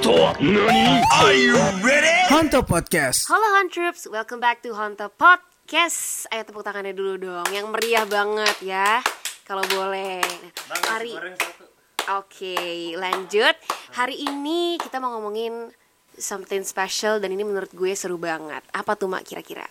Are you ready? Honto Podcast. Halo Hontroops, welcome back to Honto Podcast. Ayo tepuk tangannya dulu dong, yang meriah banget ya, kalau boleh. Oke, lanjut. Hari ini kita mau ngomongin something special dan ini menurut gue seru banget. Apa tuh Mak kira-kira?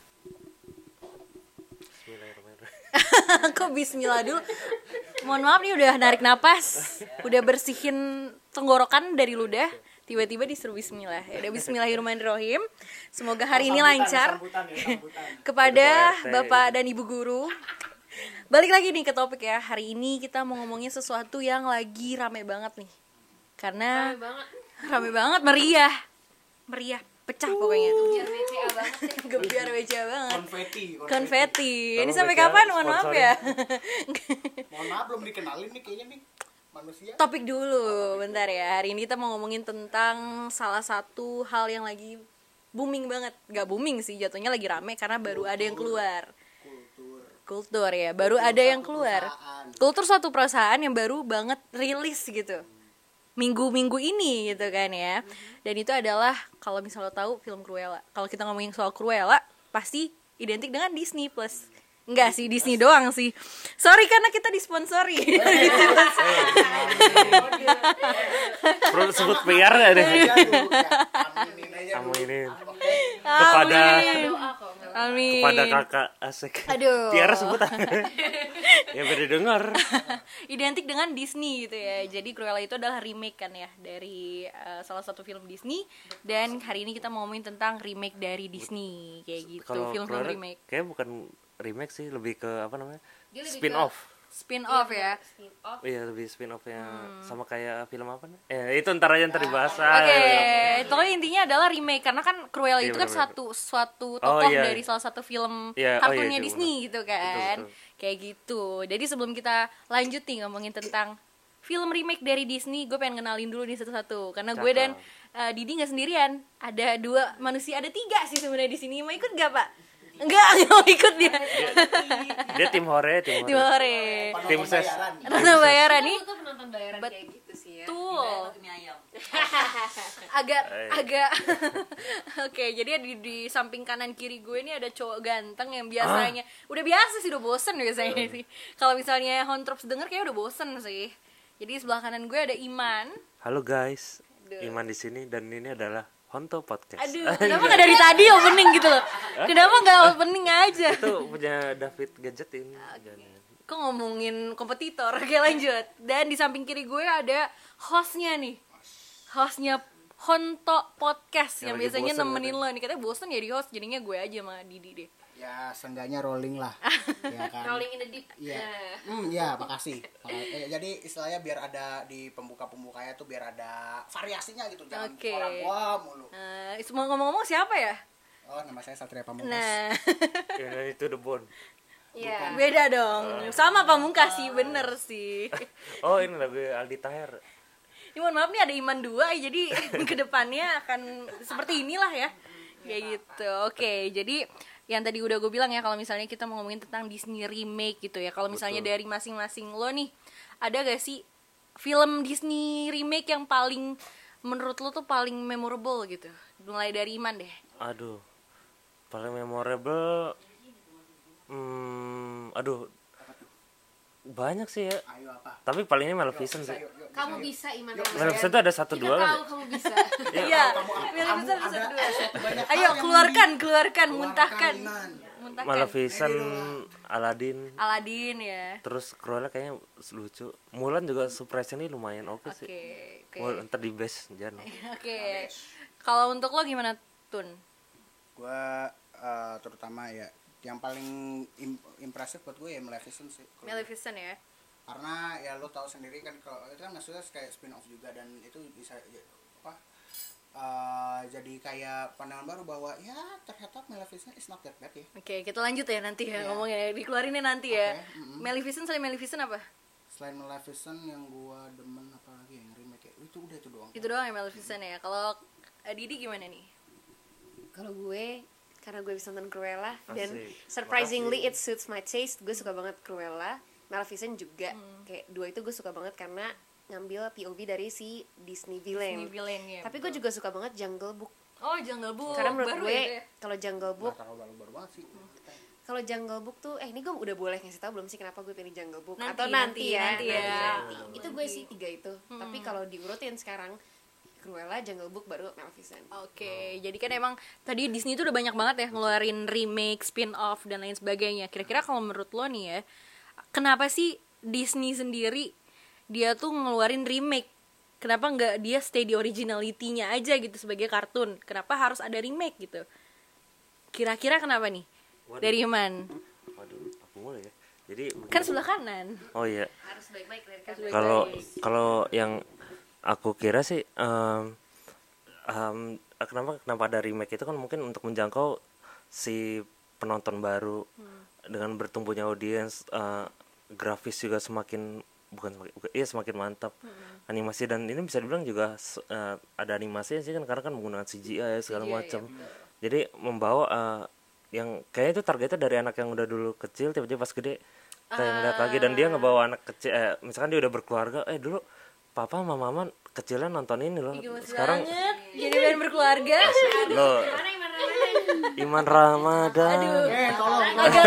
Kok bismillah dulu? Mohon maaf nih udah narik napas, udah bersihin tenggorokan dari ludah, tiba-tiba disuruh bismillah. Ya udah, bismillahirrahmanirrahim. Semoga hari ini lancar kepada Bapak dan Ibu guru. Balik lagi nih ke topik ya. Hari ini kita mau ngomongin sesuatu yang lagi rame banget nih. Karena rame banget, meriah, pecah pokoknya. Gebiar WCA banget. Konfeti. Ini sampai kapan? Mohon maaf ya. Mohon maaf belum dikenalin nih kayaknya nih manusia. Topik dulu, bentar ya. Hari ini kita mau ngomongin tentang salah satu hal yang lagi booming banget. Gak booming sih, jatuhnya lagi rame karena baru ada yang keluar. Kultur ya, baru ada yang keluar. Kultur suatu perusahaan yang baru banget rilis gitu. Minggu-minggu ini gitu kan ya. Dan itu adalah, kalau misalnya lo tahu film Cruella. Kalau kita ngomongin soal Cruella, pasti identik dengan Disney Plus. Enggak sih, Disney doang sih. Sorry karena kita disponsori. Perlu sebut PR nggak deh? Aminin. Amin. Kepada kakak asik. Aduh. Tiara sebut. Ya beda dengar. Identik dengan Disney gitu ya. Jadi Cruella itu adalah remake kan ya dari salah satu film Disney. Dan hari ini kita mau ngomongin tentang remake dari Disney kayak gitu. Kalau Film-film Cruella remake. kayak bukan remake sih, lebih ke apa namanya? Dia lebih Spin-off. Spin-off ya. Iya, lebih spin-off-nya sama kayak film apa nih? Itu ntar aja dibahas. Oke, pokoknya intinya adalah remake karena kan Cruella itu kan bener-bener. suatu tokoh iya. dari salah satu film Iya, kartunnya itu Disney bener. gitu kan. Betul. Kayak gitu. Jadi sebelum kita lanjut nih ngomongin tentang film remake dari Disney, gue pengen kenalin dulu nih satu-satu karena gue dan Didi nggak sendirian. Ada 2 manusia, ada 3 sih sebenarnya di sini. Mau ikut nggak Pak? Enggak mau ikut dia. Dia tim hore. Tim Ses. Nonton bayaran nih. Itu penonton bayaran kayak gitu sih ya. Betul. agak Oke, jadi di samping kanan kiri gue ini ada cowok ganteng yang biasanya udah biasa sih, udah bosen biasanya sih. Kalau misalnya Hontrops denger kayak udah bosen sih. Jadi sebelah kanan gue ada Iman. Halo guys. Iman di sini dan ini adalah Honto Podcast. Aduh, kenapa nggak dari tadi opening gitu loh? Kenapa nggak opening aja? Itu punya David Gadget ini. Kok ngomongin kompetitor? Oke lanjut. Dan di samping kiri gue ada hostnya nih. Hostnya Honto Podcast yang lagi biasanya bosen nemenin lo nih. Katanya bosen ya di host, jadinya gue aja sama Didi deh. Ya seenggaknya rolling lah. Ya kan. Rolling in the deep. Iya. Ya, makasih. Jadi istilahnya biar ada di pembuka-pembukanya tuh biar ada variasinya gitu, jangan Oke. orang wah mulu. Semua ngomong-ngomong siapa ya? Oh, nama saya Satria Pamungkas. Nah, Ya, itu The Bone. Iya. beda dong. Sama Pamungkas sih, bener sih. Oh, ini lagu Aldi Taher. Ini mohon maaf nih ada Iman 2, jadi kedepannya akan seperti inilah ya. Kayak gitu. Oke, jadi yang tadi udah gue bilang ya, kalau misalnya kita mau ngomongin tentang Disney remake gitu ya. Kalau misalnya dari masing-masing lo nih, ada gak sih film Disney remake yang paling menurut lo tuh paling memorable gitu? Mulai dari Iman deh. Aduh, paling memorable. Banyak sih ya. Ayo apa? Tapi palingnya Maleficent sih. Kamu bisa Iman. Maleficent tuh ada 1-2 Kita kan? tahu kamu bisa. Iya. Maleficent bisa 2. Ayo keluarkan, muntahkan. Maleficent, Aladdin, ya. terus Cruella kayaknya lucu. Mulan juga surprise-nya lumayan oke sih. Oke. Mulan ntar di best jangan. Oke. Kalau untuk lo gimana, Tun? Gua terutama ya yang paling impresif buat gue ya Maleficent sih. Maleficent ya. Karena ya lo tahu sendiri kan kalau itu kan maksudnya kayak spin off juga dan itu bisa jadi kayak pandangan baru bahwa ya ternyata Maleficent is not that bad ya. Oke, kita lanjut ya nanti ya ngomongnya, dikeluarinnya nanti ya. Maleficent selain Maleficent apa? Selain Maleficent yang gua demen apa lagi yang remake ya? Itu udah itu doang. Itu doang ya Maleficent ya. Kalau Didi gimana nih? Kalau gue, karena gue bisa nonton Cruella dan Asik. surprisingly it suits my taste, gue suka banget Cruella. Maleficent juga kayak 2 itu gue suka banget karena ngambil POV dari si Disney villain. ya. Tapi gue juga suka banget Jungle Book. Oh, Jungle Book. Karena menurut Baru gue ya, Teh? kalau Jungle Book, baru banget sih. kalau Jungle Book tuh ini gue udah boleh ngasih tahu belum sih kenapa gue pilih Jungle Book? Nanti, Atau nanti ya. nanti ya. Nanti. Itu gue sih 3 itu. Tapi kalau diurutin sekarang Cruella, Jungle Book, baru Maleficent. Oke, jadi kan emang tadi Disney itu udah banyak banget ya ngeluarin remake, spin-off dan lain sebagainya. Kira-kira kalau menurut lo nih ya, kenapa sih Disney sendiri dia tuh ngeluarin remake? Kenapa nggak dia stay di originality-nya aja gitu sebagai kartun? Kenapa harus ada remake gitu? Kira-kira kenapa nih? Waduh. Dari Iman. Waduh, aku mulai ya. Jadi Kan sebelah kanan. oh iya. Harus baik-baik dari kan. Kalau yang aku kira sih kenapa ada remake itu kan mungkin untuk menjangkau si penonton baru dengan bertumbuhnya audiens, grafis juga semakin semakin mantap, animasi, dan ini bisa dibilang juga ada animasinya sih kan, karena kan menggunakan CGI segala macam. Jadi membawa yang kayaknya itu targetnya dari anak yang udah dulu kecil tiba-tiba pas gede kayak ngeliat lagi, dan dia ngebawa anak kecil, misalkan dia udah berkeluarga, dulu papa sama mama kecilnya nonton ini loh, sekarang banget. Jadi pengen berkeluarga. lo Iman Ramadan. Tolong.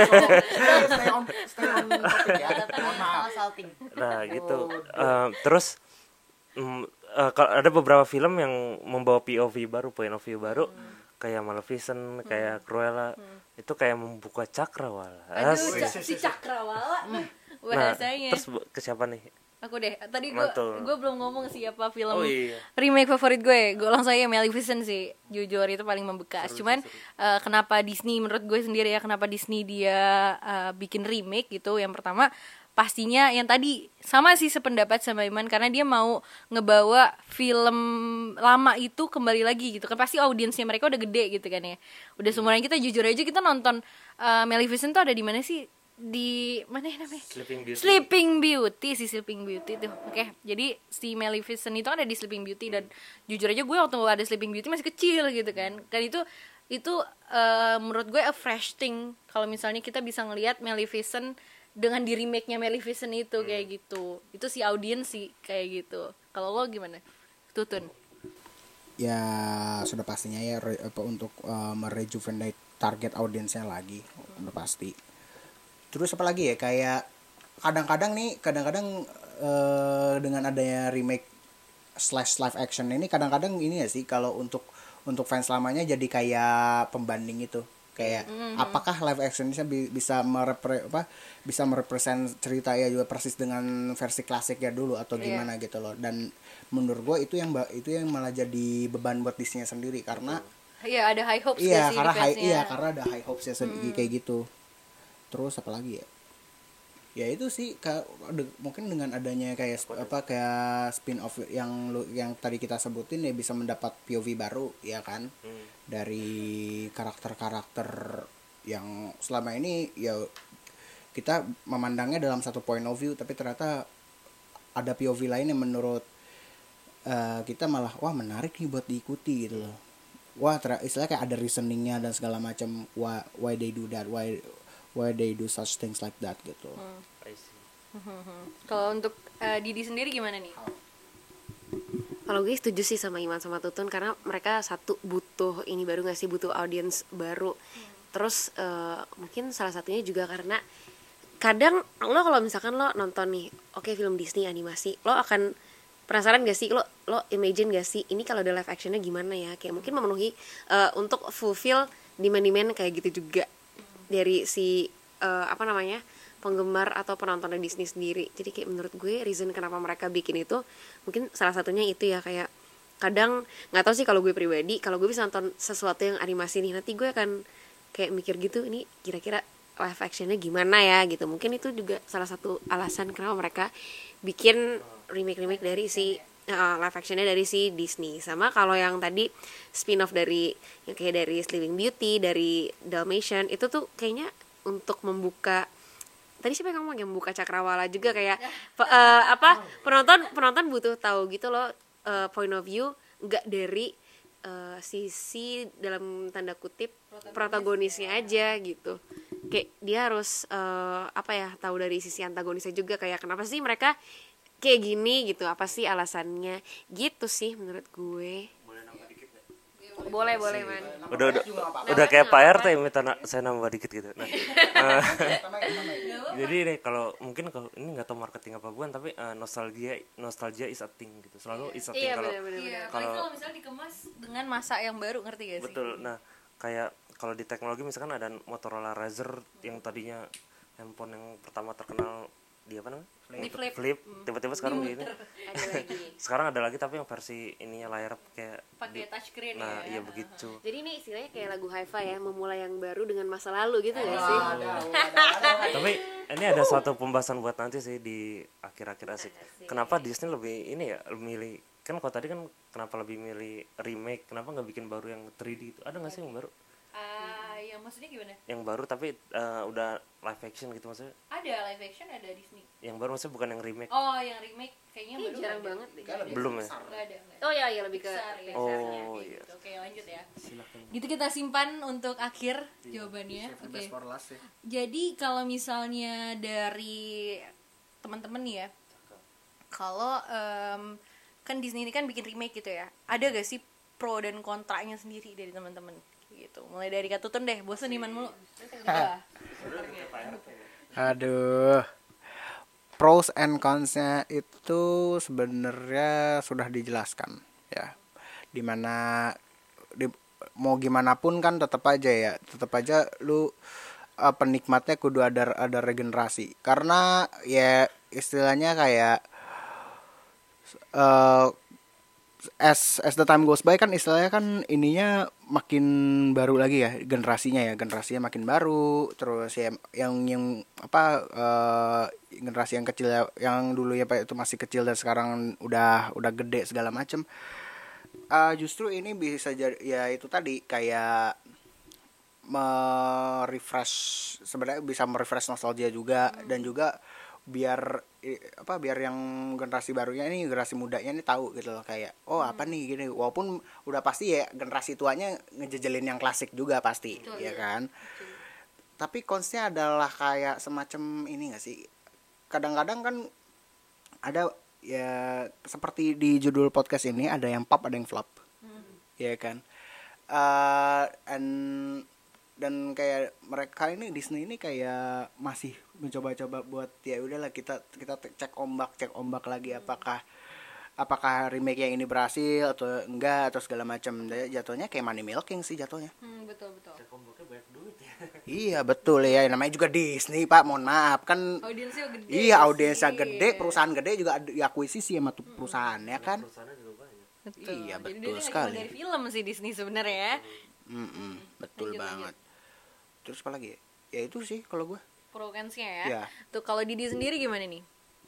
Stay on topic ya. Mohon maaf. Nah gitu. Terus kalau ada beberapa film yang membawa POV baru, point of view baru, kayak Maleficent, kayak Cruella, itu kayak membuka cakrawala. Aduh, si Cakrawala. Nah, Bahasanya. terus ke siapa nih? Aku deh, tadi Mantul. gue belum ngomong sih apa film Oh, iya. remake favorit gue langsung aja Maleficent sih, jujur itu paling membekas. Cuman kenapa Disney, menurut gue sendiri ya, kenapa Disney dia bikin remake gitu, yang pertama pastinya yang tadi sama sih sependapat sama Iman, karena dia mau ngebawa film lama itu kembali lagi gitu kan, pasti audiensnya mereka udah gede gitu kan ya, udah seumuran kita. Jujur aja kita nonton Maleficent tuh ada di mana sih, di mana ya namanya? Sleeping Beauty tuh. Oke. Jadi si Maleficent itu kan ada di Sleeping Beauty, dan jujur aja gue waktu ada Sleeping Beauty masih kecil gitu kan. Dan itu menurut gue a fresh thing kalau misalnya kita bisa ngelihat Maleficent dengan di remake-nya Maleficent itu kayak gitu. Itu si audiens sih kayak gitu. Kalau lo gimana? Tutun. Ya sudah pastinya ya untuk merejuvenate target audiensnya lagi, udah pasti. Terus apa lagi ya, kayak kadang-kadang dengan adanya remake / live action ini, kadang-kadang ini ya sih, kalau untuk fans lamanya jadi kayak pembanding itu, kayak apakah live action bisa merepresent cerita ya juga persis dengan versi klasik ya dulu atau gimana gitu loh. Dan menurut gue itu yang malah jadi beban buat Disney sendiri, karena Iya, ada high hopes iya, sih karena di fansnya. karena ada high hopes ya kayak gitu. Terus apa lagi ya? Ya itu sih mungkin dengan adanya kayak spin off yang tadi kita sebutin ya, bisa mendapat POV baru ya kan, dari karakter-karakter yang selama ini ya kita memandangnya dalam satu point of view, tapi ternyata ada POV lain yang menurut kita malah wah menarik nih buat diikuti gitu loh. Wah istilahnya kayak ada reasoningnya dan segala macam, why they do that, why they do such things like that gitu. I see. Kalau untuk Didi sendiri gimana nih? Kalau gue setuju sih sama Iman sama Tutun, karena mereka satu butuh ini baru nggak sih, butuh audiens baru. Terus mungkin salah satunya juga karena kadang lo kalau misalkan lo nonton nih, oke, film Disney animasi, lo akan penasaran gak sih, lo imagine gak sih ini kalau ada live actionnya gimana ya, kayak mungkin memenuhi untuk fulfill demand kayak gitu juga dari si penggemar atau penonton Disney sendiri. Jadi kayak menurut gue reason kenapa mereka bikin itu mungkin salah satunya itu ya, kayak kadang nggak tahu sih, kalau gue pribadi, kalau gue bisa nonton sesuatu yang animasi nih, nanti gue akan kayak mikir gitu, ini kira-kira live actionnya gimana ya gitu. Mungkin itu juga salah satu alasan kenapa mereka bikin remake dari si live actionnya dari si Disney. Sama kalau yang tadi spin off dari yang kayak dari Sleeping Beauty, dari Dalmatian, itu tuh kayaknya untuk membuka, tadi siapa yang ngomong, yang membuka cakrawala juga, kayak penonton butuh tahu gitu loh, point of view nggak dari sisi dalam tanda kutip protagonisnya aja gitu. Kayak dia harus tahu dari sisi antagonisnya juga, kayak kenapa sih mereka kayak gini gitu, apa sih alasannya gitu sih menurut gue. Boleh man. Udah kayak Pak RT minta saya nambah dikit gitu. Nah, jadi nih kalau mungkin kalau ini nggak tahu marketing apa bukan, tapi nostalgia is a thing gitu. Selalu is a thing Iya kalau benar-benar. Iya, apalagi kalau misalnya dikemas dengan masa yang baru, ngerti gak sih? betul. Nah, kayak kalau di teknologi misalkan ada Motorola Razr yang tadinya handphone yang pertama terkenal di apa namanya? Di flip. Tiba-tiba sekarang di ini. Ada lagi. Sekarang ada lagi tapi yang versi ininya layar kayak Pakai touchscreen nah, ya. iya begitu. Jadi ini istilahnya kayak lagu hi-fi ya, memulai yang baru dengan masa lalu gitu gak sih? Tapi ini ada suatu pembahasan buat nanti sih di akhir-akhir asik. Kenapa Disney lebih ini ya milih, kan kalau tadi kan kenapa lebih milih remake, kenapa nggak bikin baru yang 3D itu? Ada nggak sih yang baru? Yang maksudnya gimana? Yang baru tapi udah live action gitu maksudnya? Ada live action, ada Disney. Yang baru maksudnya bukan yang remake? Oh, yang remake kayaknya Ini baru jarang nggak ada. banget deh. Belum ya? Nggak ada. Oh iya lebih ke Pixar, ya. Pixarnya. Oh Kayak iya. gitu. Oke, lanjut ya. Silakan. Gitu kita simpan untuk akhir jawabannya. Save the Oke. best for last ya. Jadi kalau misalnya dari teman-teman nih ya, kalau kan Disney ini kan bikin remake gitu ya, ada gak sih pro dan kontranya sendiri dari teman-teman gitu? Mulai dari Kak Tutun deh, bosan Iman mulu. Aduh. Pros and cons-nya itu sebenarnya sudah dijelaskan ya. Dimana mau gimana pun kan tetap aja lu penikmatnya kudu ada regenerasi. Karena ya istilahnya kayak as the time goes by kan istilahnya kan ininya makin baru lagi ya generasinya makin baru, terus ya yang generasi yang kecil ya, yang dulu ya Pak itu masih kecil dan sekarang udah gede segala macem. Justru ini bisa jadi ya itu tadi kayak sebenarnya bisa merefresh nostalgia juga, dan juga biar yang generasi barunya ini, generasi mudanya ini tahu gitu loh, kayak oh apa nih gini, walaupun udah pasti ya generasi tuanya ngejejelin yang klasik juga pasti. Betul, ya kan. Betul. Tapi konsepnya adalah kayak semacam ini nggak sih, kadang-kadang kan ada ya seperti di judul podcast ini, ada yang pop ada yang flop. Ya kan. Dan kayak mereka ini Disney ini kayak masih mencoba-coba buat ya udahlah kita cek ombak lagi, apakah remake yang ini berhasil atau enggak atau segala macam. Jatuhnya kayak money milking sih jatuhnya. Betul. Cek ombaknya banyak duit ya. Iya betul ya, namanya juga Disney Pak, mohon maaf kan. Audiensnya gede. Iya, audiensnya gede, perusahaan gede juga diakuisisi sama tuh perusahaan ya kan. Perusahaannya juga banyak. Betul. Iya, Jadi betul dia sekali. dari film sih Disney sebenarnya ya. Betul banget. Terus apa lagi? Ya itu sih kalau gue. Pro kansnya ya. Ya. Tuh kalau Didi sendiri gimana nih?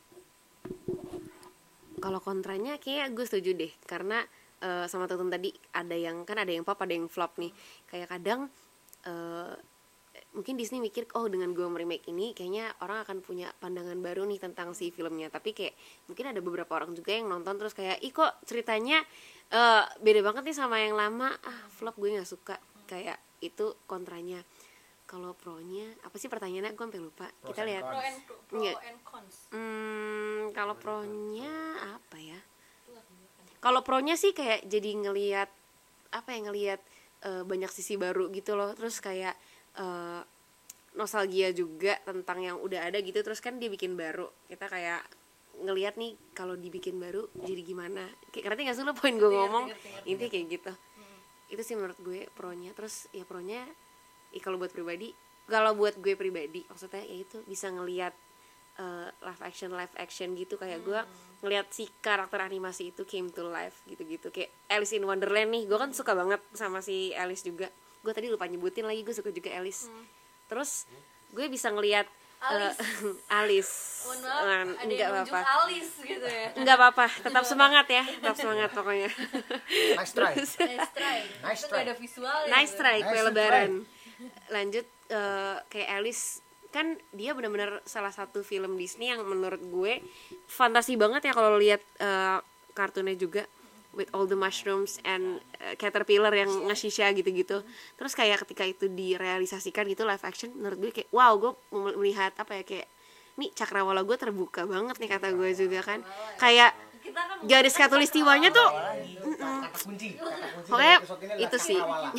Kalau kontranya kayak gue setuju deh, karena sama Tutun tadi ada yang pop ada yang flop nih. Kayak kadang mungkin Disney mikir oh dengan gue remake ini kayaknya orang akan punya pandangan baru nih tentang si filmnya, tapi kayak mungkin ada beberapa orang juga yang nonton terus kayak ih kok ceritanya beda banget nih sama yang lama, flop, gue nggak suka. Kayak itu kontranya. Kalau pro-nya apa sih pertanyaannya, gue sampai lupa. Kita lihat Pro and cons. Kalau pro-nya apa ya? Kalau pro-nya sih kayak jadi ngelihat banyak sisi baru gitu loh. Terus kayak nostalgia juga tentang yang udah ada gitu. Terus kan dia bikin baru, kita kayak ngelihat nih kalau dibikin baru jadi gimana. Kayak ngerti nggak sih lo poin gue ngomong? Intinya kayak gitu. Itu sih menurut gue pro-nya. Terus ya pro-nya kalau buat gue pribadi maksudnya ya itu bisa ngelihat live action gitu, kayak gue ngelihat si karakter animasi itu came to life gitu kayak Alice in Wonderland nih, gue kan suka banget sama si Alice juga. Gue tadi lupa nyebutin lagi, gue suka juga Alice. Terus gue bisa ngelihat Alice. Enggak apa-apa. Alice gitu ya. Enggak apa-apa, tetap semangat ya, tetap semangat pokoknya. Nice try. Nice try. Ada visualnya. Nice try, kue Nice lebaran. Lanjut kayak Alice, kan dia benar-benar salah satu film Disney yang menurut gue fantasi banget ya kalau lihat kartunnya juga, with all the mushrooms and caterpillar yang nge-shisha gitu-gitu. Terus kayak ketika itu direalisasikan gitu live action, menurut gue kayak wow, gue melihat kayak nih cakrawala gue terbuka banget nih kata gue juga kan, kayak garis khatulistiwanya tuh pokoknya itu sih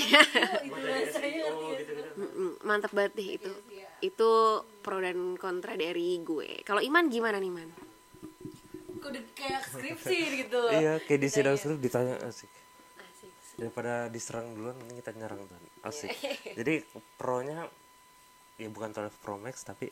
mantap banget deh itu pro dan kontra dari gue. Kalau Iman gimana nih Man? Udah kayak skripsi gitu. Iya, kayak di sidang skrip ditanya asik. Daripada diserang duluan ini kita nyerang tuh. Asik. Jadi pro-nya ya bukan 12 Pro Max tapi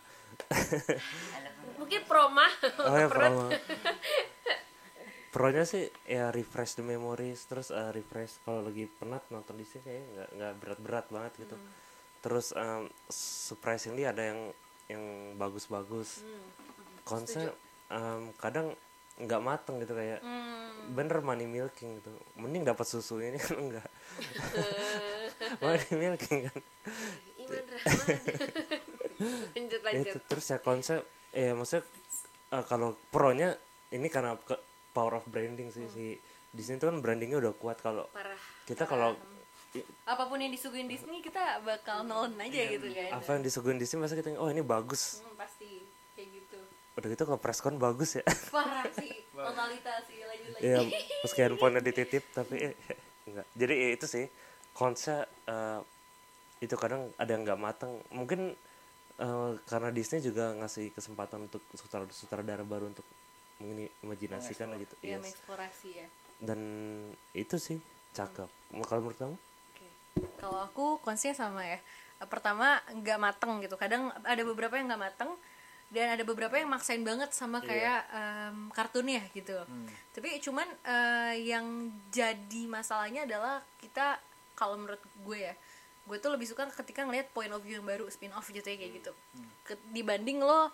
Mungkin proma. oh ya pro. Pro-nya sih ya refresh the memories, terus refresh kalau lagi penat nonton di sini kayaknya nggak berat-berat banget gitu. Terus surprisingly ada yang bagus-bagus. Konsep kadang nggak mateng gitu kayak bener money milking gitu. Mending dapat susu ini kan enggak. Money milking kan. Iman Rahman. lanjut. Itu terus ya konsep maksudnya kalau pro-nya ini karena power of branding sih si Disney itu kan brandingnya udah kuat. Kalau kita kalau apapun yang disuguhin Disney kita bakal nelen aja gitu kan. apa yang disuguhin Disney masa kita oh ini bagus. Pasti kayak gitu. Udah gitu ke preskon bagus ya. Parah sih, totalitas sih lanjut lagi. Iya, meski handphonenya dititip tapi enggak. Jadi itu sih konsep itu kadang ada yang nggak matang. Mungkin karena Disney juga ngasih kesempatan untuk sutradara baru untuk mengimajinasikan gitu. Iya, mengeksplorasi ya. Dan itu sih cakep. Kalau menurut kamu? Kalau aku konsepnya sama ya. Pertama nggak mateng gitu. Kadang ada beberapa yang nggak mateng dan ada beberapa yang maksain banget sama kayak kartunnya gitu. Tapi cuman yang jadi masalahnya adalah kita kalau menurut gue ya, gue tuh lebih suka ketika ngelihat point of view yang baru, spin off gitu ya kayak gitu. Dibanding lo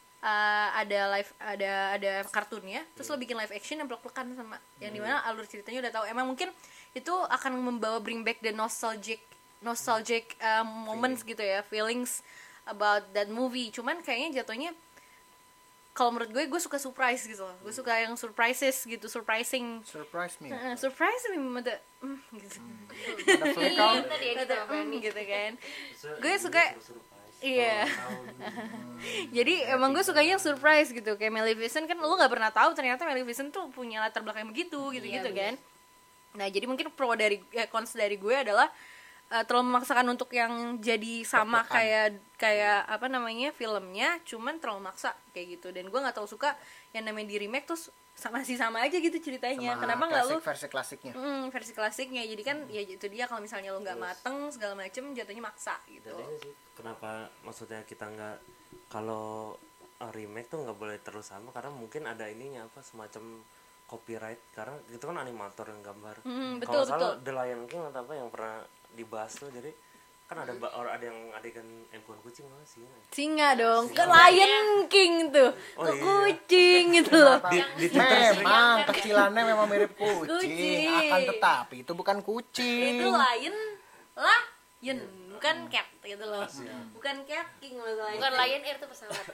ada kartunnya, terus lo bikin live action yang plek-plekan sama yang dimana alur ceritanya udah tahu. Emang mungkin itu akan membawa bring back the nostalgic moments gitu ya, feelings about that movie. Cuman kayaknya jatuhnya kalau menurut gue suka surprise gitu loh. Gue suka yang surprises gitu, surprise me mother gitu. Gitu kan. Gue suka iya. Jadi emang gue sukanya yang surprise gitu. Kayak Maleficent kan lo nggak pernah tahu ternyata Maleficent tuh punya latar belakang begitu gitu kan. Nah, jadi mungkin cons dari gue adalah terlalu memaksakan untuk yang jadi sama kayak apa namanya filmnya, cuman terlalu maksa kayak gitu. Dan gue nggak terlalu suka yang namanya di remake terus sama aja gitu ceritanya. Kenapa nggak lu versi klasiknya? Versi klasiknya. Jadi kan ya itu dia, kalau misalnya lu nggak mateng segala macem jatuhnya maksa gitu. Sih, kenapa maksudnya kita nggak kalau remake tuh nggak boleh terus sama, karena mungkin ada ininya apa semacam copyright, karena itu kan animator yang gambar. Kalau salah The Lion King atau apa yang pernah dibahas tuh, jadi kan ada yang adegan bukan kucing malah singa dong, ke Lion King tuh kucing gitu loh. Memang kecilannya memang mirip kucing. Akan tetapi itu bukan kucing, itu lion bukan cat gitu loh. Bukan cat king masalahnya. Bukan Lion Air tuh pesawat.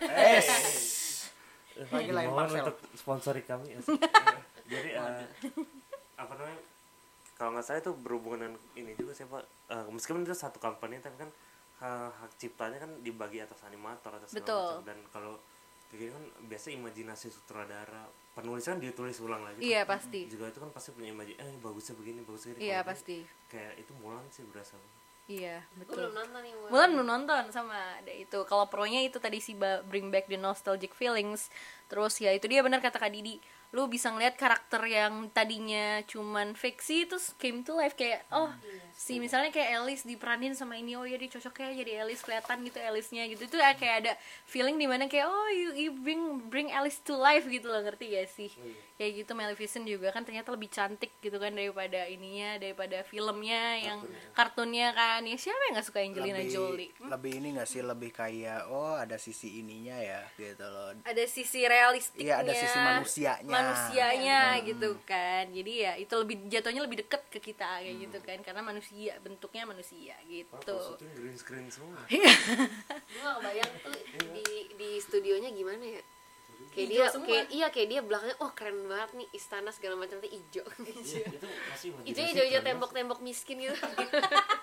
lagi lain parcel untuk sponsori kami. Jadi apa namanya, kalau nggak salah itu berhubungan dengan ini juga sih Pak, meskipun itu satu company tapi kan hak ciptanya kan dibagi atas animator atau segala macam. Dan kalau kayak gini kan biasa imajinasi sutradara, penulis kan ditulis ulang lagi. Iya pasti. Juga itu kan pasti punya bagusnya begini, bagusnya ini. Iya pasti. Kayak itu Mulan sih berasa. Iya betul. Belum nonton nih Mulan belum nonton sama ada itu. Kalau pro-nya itu tadi sih bring back the nostalgic feelings. Terus ya itu dia benar kata Kak Didi. Lu bisa ngeliat karakter yang tadinya cuman fiksi terus came to life kayak si misalnya kayak Alice diperanin sama ini, oh ya dia cocoknya jadi Alice, kelihatan gitu Alice-nya gitu. Itu kayak ada feeling dimana kayak you bring Alice to life gitu loh, ngerti gak sih? Kayak gitu. Maleficent juga kan ternyata lebih cantik gitu kan daripada ininya, daripada filmnya yang kartunnya kan. Ya siapa yang gak suka Angelina Jolie? Lebih ini gak sih, lebih kayak ada sisi ininya ya gitu loh. Ada sisi realistiknya. Iya, ada sisi manusianya gitu kan. Jadi ya itu lebih jatuhnya lebih deket ke kita kayak gitu kan, karena manusia, bentuknya manusia gitu. Itu green screen semua. Gue gak kebayang tuh di studionya gimana ya. Kayak dia belakangnya keren banget nih, istana segala macam tuh hijau. Hijau tembok-tembok miskin gitu.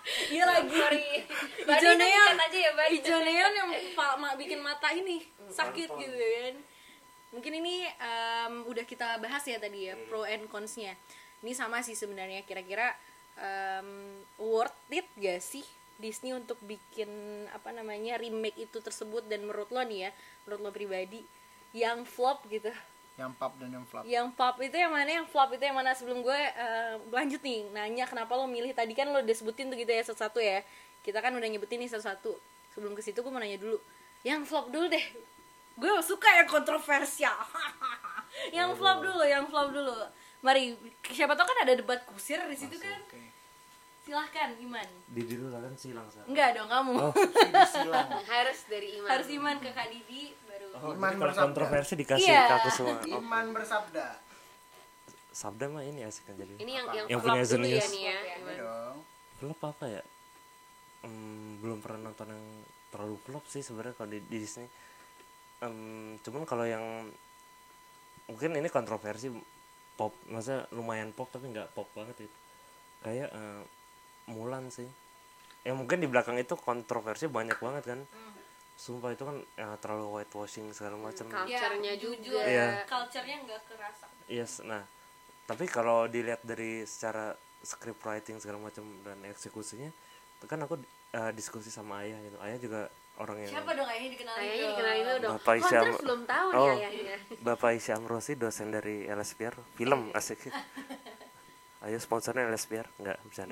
Iya lagi. Ijo neon aja ya, Bang. Ijo neon yang bikin mata ini sakit gitu kan. Mungkin ini udah kita bahas ya tadi ya, pro and cons-nya. Ini sama sih sebenarnya, kira-kira worth it gak sih Disney untuk bikin apa namanya remake itu tersebut, dan menurut lo nih ya, menurut lo pribadi yang flop gitu. Yang pop dan yang flop. Yang pop itu yang mana, yang flop itu yang mana? Sebelum gue lanjut nih nanya kenapa lo milih, tadi kan lo udah sebutin tuh gitu ya satu-satu ya. Kita kan udah nyebutin nih satu-satu. Sebelum ke situ gue mau nanya dulu. Yang flop dulu deh. Gue suka yang kontroversial. Yang flop dulu. Mari, siapa tau kan ada debat kusir di situ kan. Okay. Silahkan Iman. Didi dulu kan silang saya. Enggak dong kamu. Silang. Harus dari Iman. Harus Iman ke Kak Didi baru. Iman Kalau bersabda. kontroversi dikasih Iya. ke aku semua. Iman bersabda. Sabda mah ini asik kan jadi. Ini yang Yang flop punya dulu ya Zenius. nih ya. Iya Iman. dong. Flop apa ya? Belum pernah nonton yang terlalu flop sih sebenarnya kalau di Disney. Cuman kalau yang mungkin ini kontroversi pop, maksudnya lumayan pop tapi nggak pop banget gitu. Kayak Mulan sih. Ya mungkin di belakang itu kontroversi banyak banget kan. Sumpah itu kan terlalu whitewashing segala macam. Culture-nya juga. Iya. Culture-nya enggak kerasa. Yes, nah tapi kalau dilihat dari secara script writing segala macam dan eksekusinya, itu kan aku diskusi sama ayah gitu. Ayah juga orang yang Siapa dong ayahnya dikenalin? Kayaknya dong? dikenalin dulu dong. Bapak Isyam. Terus belum tahu nih Oh. ayahnya. Bapak Isya Amrosi, dosen dari LSPR film asik. Ayo sponsornya LSPR, enggak bercanda.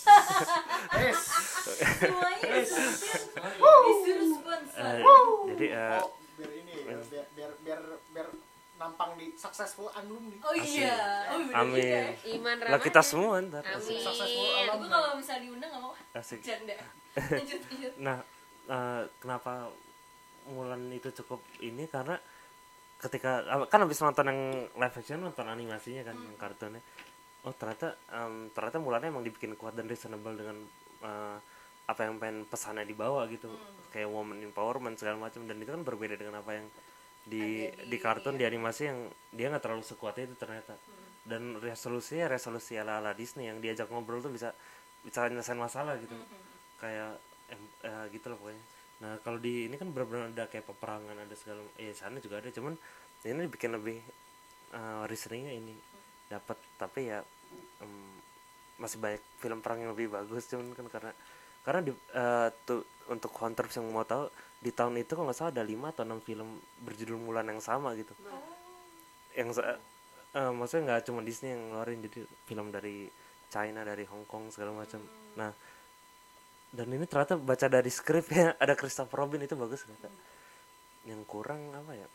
Semuanya disuruh sponsor. Jadi Oh, biar ini biar nampang di successful alumni. Oh iya. Oh, bener juga amin. ya. Iman Lah kita Ramanya. semua ntar asik. Successful Amin. alumni. Gue kalau misalnya diundang gak mau. Asik. Canda. Lanjut. Nah, kenapa Mulan itu cukup ini karena ketika kan habis nonton yang live action, nonton animasinya kan, yang kartunnya. Oh ternyata Mulannya emang dibikin kuat dan reasonable dengan apa yang pengen pesannya dibawa gitu, kayak woman empowerment segala macam, dan itu kan berbeda dengan apa yang di kartun, di animasi yang dia nggak terlalu sekuat itu ternyata. Dan resolusi ala Disney yang diajak ngobrol tuh bisa nyelesain masalah gitu, kayak gitu loh pokoknya. Nah kalau di ini kan benar-benar ada kayak peperangan, ada segala, sana juga ada, cuman ini bikin lebih reasoningnya ini dapat, tapi ya masih banyak film perang yang lebih bagus, cuman kan karena di tuh untuk Hunters yang mau tahu, di tahun itu kalau nggak salah ada 5 atau 6 film berjudul Mulan yang sama gitu. Yang maksudnya nggak cuma Disney yang ngeluarin, jadi film dari China, dari Hong Kong segala macam. Nah dan ini ternyata baca dari skripnya ada Christopher Robin, itu bagus ternyata. Yang kurang apa ya,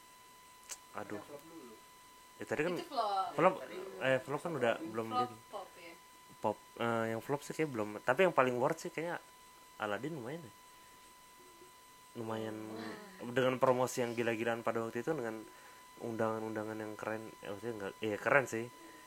aduh ya tadi kan Itu flop. flop kan udah belum Flop jadi pop ya. pop. Yang flop sih kayak belum, tapi yang paling worth sih kayaknya Aladdin lumayan deh. Lumayan dengan promosi yang gila-gilaan pada waktu itu, dengan undangan-undangan yang keren. Maksudnya enggak, iya keren sih.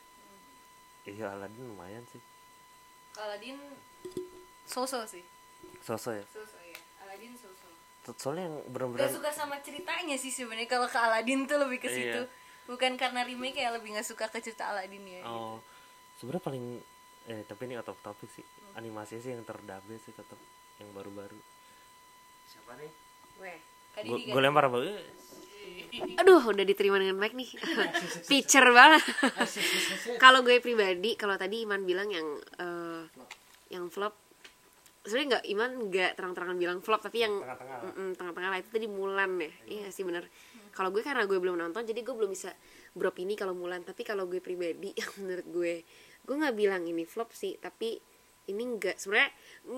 Iya Aladdin lumayan sih. Aladdin so-so sih. So-so ya. So-so ya. Aladdin so-so. Soalnya yang Gak benar-benar suka sama ceritanya sih sebenarnya, kalau ke Aladdin tuh lebih ke situ. Iya. Bukan karena remake ya, lebih gak suka ke cerita Aladdin ya. oh sebenarnya paling tapi ini out of topic sih. Animasi sih yang terdabel sih tetap yang baru-baru. Siapa nih? Weh. Gue lempar apa? Aduh, udah diterima dengan baik nih. Teacher banget. Kalau gue pribadi, kalau tadi Iman bilang yang flop, sebenarnya Iman nggak terang-terangan bilang flop, tapi yang tengah-tengah lah, itu tadi Mulan ya. Iya sih benar. Kalau gue karena gue belum nonton, jadi gue belum bisa beropini kalau Mulan. Tapi kalau gue pribadi, menurut gue nggak bilang ini flop sih, tapi ini enggak sebenarnya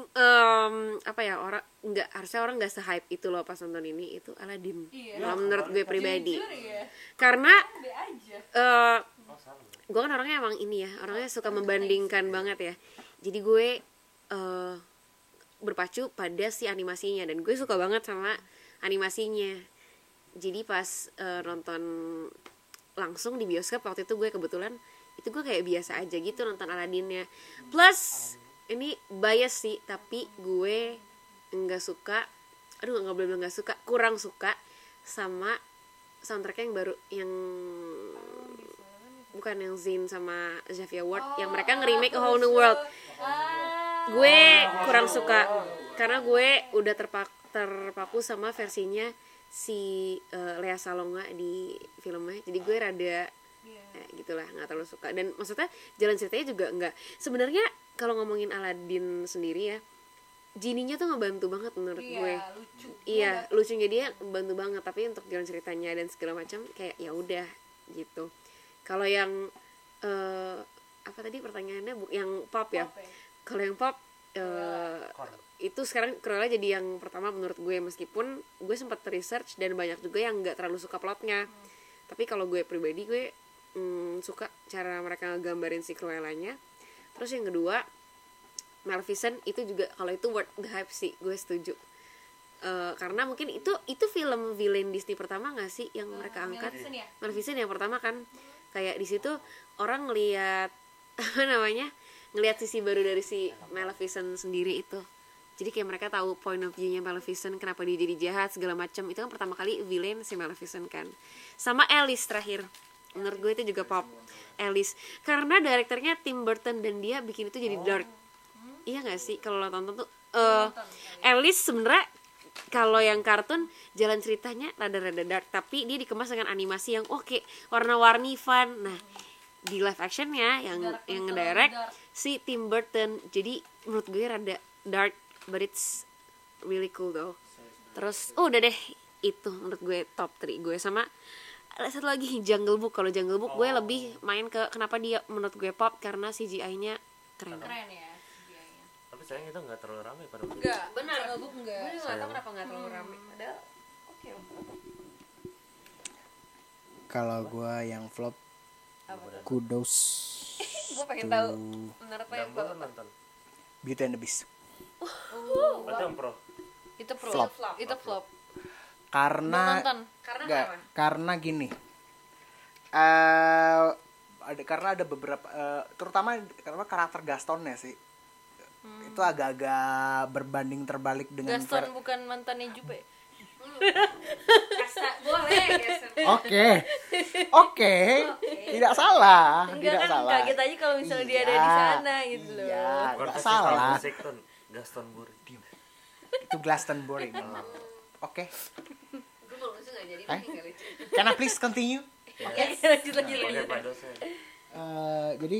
apa ya, orang enggak, harusnya orang enggak se-hype itu loh pas nonton ini, itu Aladdin. Iya. Kalau menurut gue pribadi. Jujur ya. Karena Be aja. gue kan orangnya emang ini ya, orangnya suka membandingkan banget ya. Jadi gue berpacu pada si animasinya, dan gue suka banget sama animasinya. Jadi pas nonton langsung di bioskop waktu itu, gue kebetulan itu gue kayak biasa aja gitu nonton Aladdinnya. Plus ini bias sih, tapi gue nggak suka, kurang suka sama soundtracknya yang baru, yang bukan yang Zayn sama Xavier Ward, yang mereka nge-remake A Whole New World. Gue kurang suka karena gue udah terpaku sama versinya si Lea Salonga di filmnya. Jadi gue rada gitulah, nggak terlalu suka. Dan maksudnya jalan ceritanya juga nggak. Sebenarnya kalau ngomongin Aladdin sendiri ya, Genie-nya tuh ngebantu banget menurut gue. Lucu. Iya, lucunya dia bantu banget, tapi untuk jalan ceritanya dan segala macam kayak ya udah gitu. Kalau yang apa tadi pertanyaannya yang pop ya? Kalau yang pop itu sekarang Cruella jadi yang pertama menurut gue, meskipun gue sempat research dan banyak juga yang nggak terlalu suka plotnya. Tapi kalau gue pribadi gue suka cara mereka ngegambarin si Cruella-nya. Terus yang kedua Maleficent itu juga kalau itu worth the hype sih, gue setuju. Karena mungkin itu film villain Disney pertama nggak sih yang mereka angkat? Maleficent yang pertama kan, kayak di situ orang ngelihat apa namanya, ngelihat sisi baru dari si Maleficent sendiri itu. Jadi kayak mereka tahu point of view-nya Maleficent, kenapa dia jadi jahat segala macam. Itu kan pertama kali villain si Maleficent kan. Sama Alice terakhir, menurut gue itu juga pop. Alice karena direkturnya Tim Burton dan dia bikin itu jadi dark. Iya nggak sih kalau lo tonton tuh Alice sebenarnya kalau yang kartun jalan ceritanya rada-rada dark, tapi dia dikemas dengan animasi yang oke, warna-warni fun. Nah di live actionnya yang ngedirect si Tim Burton, jadi menurut gue rada dark but it's really cool though. Terus udah deh, itu menurut gue top 3 gue. Sama ada satu lagi Jungle Book. Kalau Jungle Book gue lebih main ke kenapa dia menurut gue pop, karena CGI-nya keren ya. Tapi sayang itu nggak terlalu ramai pada waktu itu. Enggak, benar. Jungle Book enggak. Gue juga gak tau kenapa gak terlalu rame. Padahal oke. Kalau gue yang flop, kudos Gue pengen to tahu menurut lo yang Dumbo flop lo nonton. Beauty and the Beast. Berarti yang pro. Itu pro. Flop. Itu flop. Karena Nonton. Karena nggak, kenapa? karena gini, karena ada beberapa terutama karakter Gastonnya sih, itu agak-agak berbanding terbalik dengan Gaston bukan mantannya Jupe. Boleh Gaston. Oke, tidak salah, Enggak tidak kan salah. kaget aja kalau misalnya dia ada di sana gitu loh. Iya, Bukan tidak festival salah. musik tuh Glastonbury. Itu Glastonbury. Oke, Gue mau lucu gak jadi Eh? nih kali. can I please continue? Lanjut. Pakai padosnya. Jadi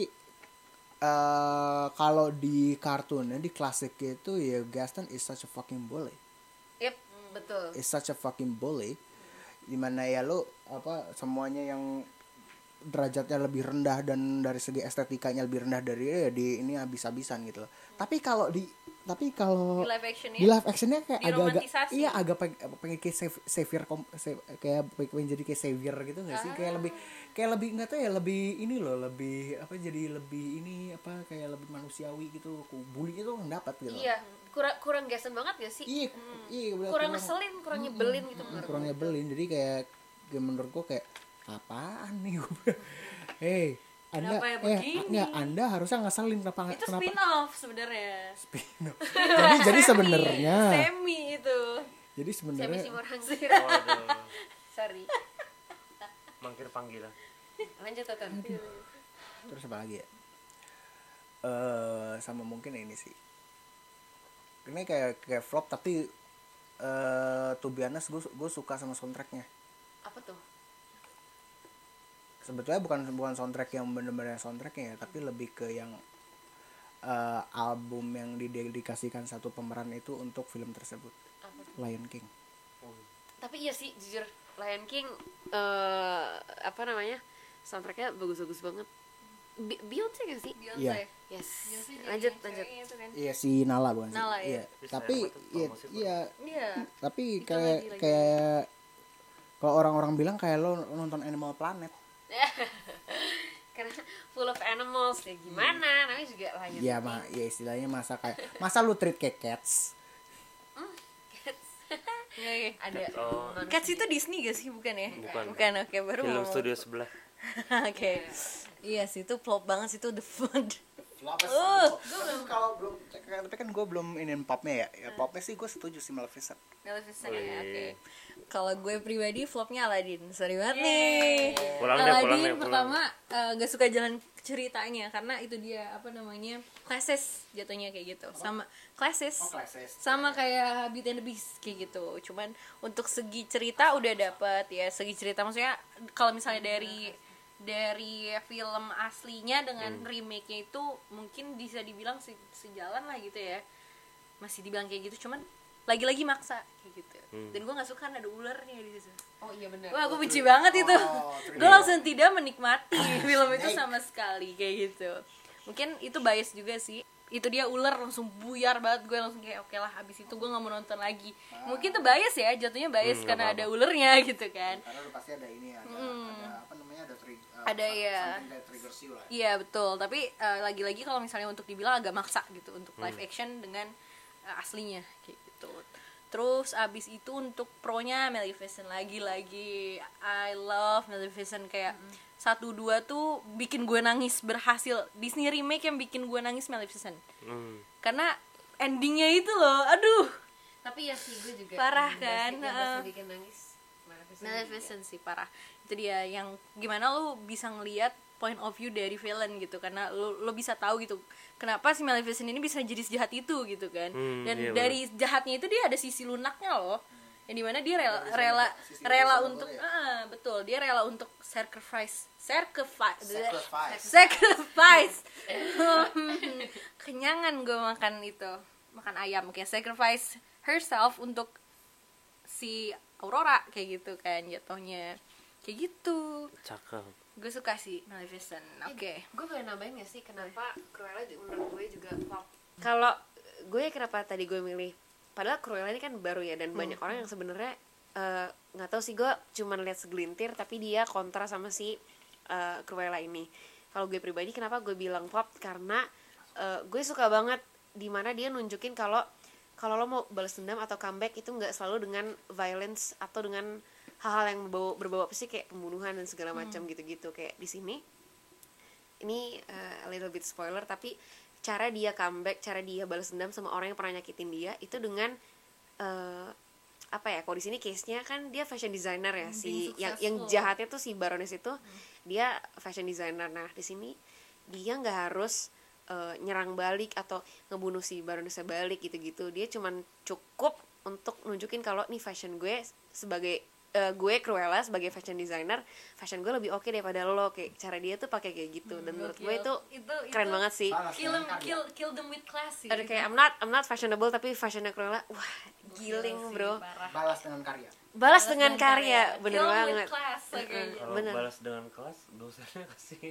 kalau di kartunnya, di klasik itu ya Gaston is such a fucking bully. Yep, betul. Is such a fucking bully. Dimana ya lo semuanya yang derajatnya lebih rendah dan dari segi estetikanya lebih rendah dari dia, di ini habis-habisan gitu loh. Tapi kalau di Di live actionnya kayak agak-agak Diromantisasi. iya, agak pengen kayak savior kayak pengen jadi kayak savior gitu nggak sih, kayak lebih nggak tahu ya, lebih ini loh, lebih apa, jadi lebih ini apa, kayak lebih manusiawi gitu. Bully itu dapat gitu. Iya, kurang Gaston banget gak sih? Iya bener, Kurang ngeselin, kurang nyebelin gitu menurut kurang gue. nyebelin. Jadi kayak menurut gue kayak apaan nih gue. Hey, Anda Kenapa ya begini? enggak, Anda harusnya ngeselin kenapa Itu spin off sebenarnya. spin-off. jadi sebenarnya Semi itu. jadi Semi sebenarnya Simorang. Waduh. Sorry. Mangkir panggilan. Lanjut Toton. terus apa lagi ya, sama mungkin ini sih, ini kayak flop tapi to be honest gue suka sama soundtracknya. Apa tuh? Sebetulnya bukan soundtrack yang benar-benar soundtracknya ya, tapi lebih ke yang album yang didedikasikan satu pemeran itu untuk film tersebut, Apa tuh? Lion King. Tapi iya sih jujur Lion King apa namanya? Soundtracknya bagus-bagus banget. Beyonce gak sih? Iya. Yes. Lanjut. Iya, si Nala bukan sih? Nala, ya. Iya. Tapi Bisa dapat iya, Iya. tapi Itu kayak lagi. kayak kalau orang-orang bilang kayak lo nonton Animal Planet. Karena full of animals ya gimana? Namanya juga Lion Iya, King. ya istilahnya masa lu treat kayak cats. Ada Oh. manusia. Cats itu Disney gak sih? Bukan ya? Bukan. Oke, baru Film mau. studio sebelah. Oke. Iya sih, itu flop banget sih, itu The Fund. Kalau belum, tapi kan gue belum inin popnya ya. Ya popnya sih gue setuju sih Maleficent. Maleficent ya, Wih. oke. Kalau gue pribadi flopnya Aladdin. Sorry banget nih. Pulang deh, Aladdin pulang deh, pulang. pertama gak suka jalan ceritanya, karena itu dia apa namanya, classes jatuhnya kayak gitu. Sama classes. Classes. Sama kayak Beauty and the Beast kayak gitu. Cuman untuk segi cerita udah dapet ya, segi cerita maksudnya kalau misalnya dari film aslinya dengan remake-nya itu mungkin bisa dibilang sejalan lah gitu ya. Masih dibilang kayak gitu, cuman lagi-lagi maksa kayak gitu. Dan gue nggak suka ada ulernya di situ. Oh iya benar. Wah, aku benci banget itu. Gue langsung tidak menikmati film itu sama sekali kayak gitu. Mungkin itu bias juga sih. Itu dia ular langsung buyar banget, gue langsung kayak oke lah, abis itu gue nggak mau nonton lagi. Mungkin itu bias ya, jatuhnya bias karena ada ulernya gitu kan. Karena lu pasti ada ini ada apa namanya, ada Ada ya. something that triggers you lah. Iya betul, tapi lagi-lagi kalau misalnya untuk dibilang agak maksa gitu untuk live action dengan aslinya kayak gitu. Terus abis itu untuk pro-nya Maleficent, lagi-lagi I love Maleficent, kayak 1-2 tuh bikin gue nangis, berhasil. Disney remake yang bikin gue nangis Maleficent. Karena endingnya itu loh, aduh. Tapi ya sih gue juga Parah kan? yang pasti bikin nangis Maleficent sih parah. Itu dia yang gimana lu bisa ngelihat point of view dari villain gitu, karena lo bisa tahu gitu kenapa si Maleficent ini bisa jadi sejahat itu gitu kan. Dan iya dari jahatnya itu dia ada sisi lunaknya loh, yang dimana dia rela untuk betul, dia rela untuk sacrifice kenyangan gue makan ayam kayak sacrifice herself untuk si Aurora kayak gitu kan jatuhnya, kayak gitu. Cakep. Gue suka sih Maleficent. Oke. Gue boleh nambahin gak sih kenapa Cruella menurut gue juga flop? Kalau gue kenapa tadi gue milih, padahal Cruella ini kan baru ya, dan banyak orang yang sebenarnya nggak tahu sih, gue cuma lihat segelintir tapi dia kontra sama si Cruella ini. Kalau gue pribadi kenapa gue bilang flop, karena gue suka banget dimana dia nunjukin kalau lo mau balas dendam atau comeback itu nggak selalu dengan violence atau dengan hal-hal yang berbau apa sih, kayak pembunuhan dan segala macam gitu-gitu. Kayak di sini ini a little bit spoiler, tapi cara dia comeback, cara dia balas dendam sama orang yang pernah nyakitin dia itu dengan apa ya, kalau di sini case-nya kan dia fashion designer ya, si yang jahatnya tuh si Baroness itu dia fashion designer. Nah di sini dia nggak harus nyerang balik atau ngebunuh si Baronessnya balik gitu-gitu. Dia cuman cukup untuk nunjukin kalau nih fashion gue sebagai gue Cruella sebagai fashion designer, fashion gue lebih oke daripada lo. Kayak cara dia tuh pakai kayak gitu, dan menurut gue itu keren banget sih. Kill them with class sih. Ada kayak I'm not fashionable tapi fashionnya Cruella, wah giling bro. Balas dengan karya. Balas dengan karya, bener Kill banget. with class. Kalau Bener. balas dengan kelas, dosanya kasih.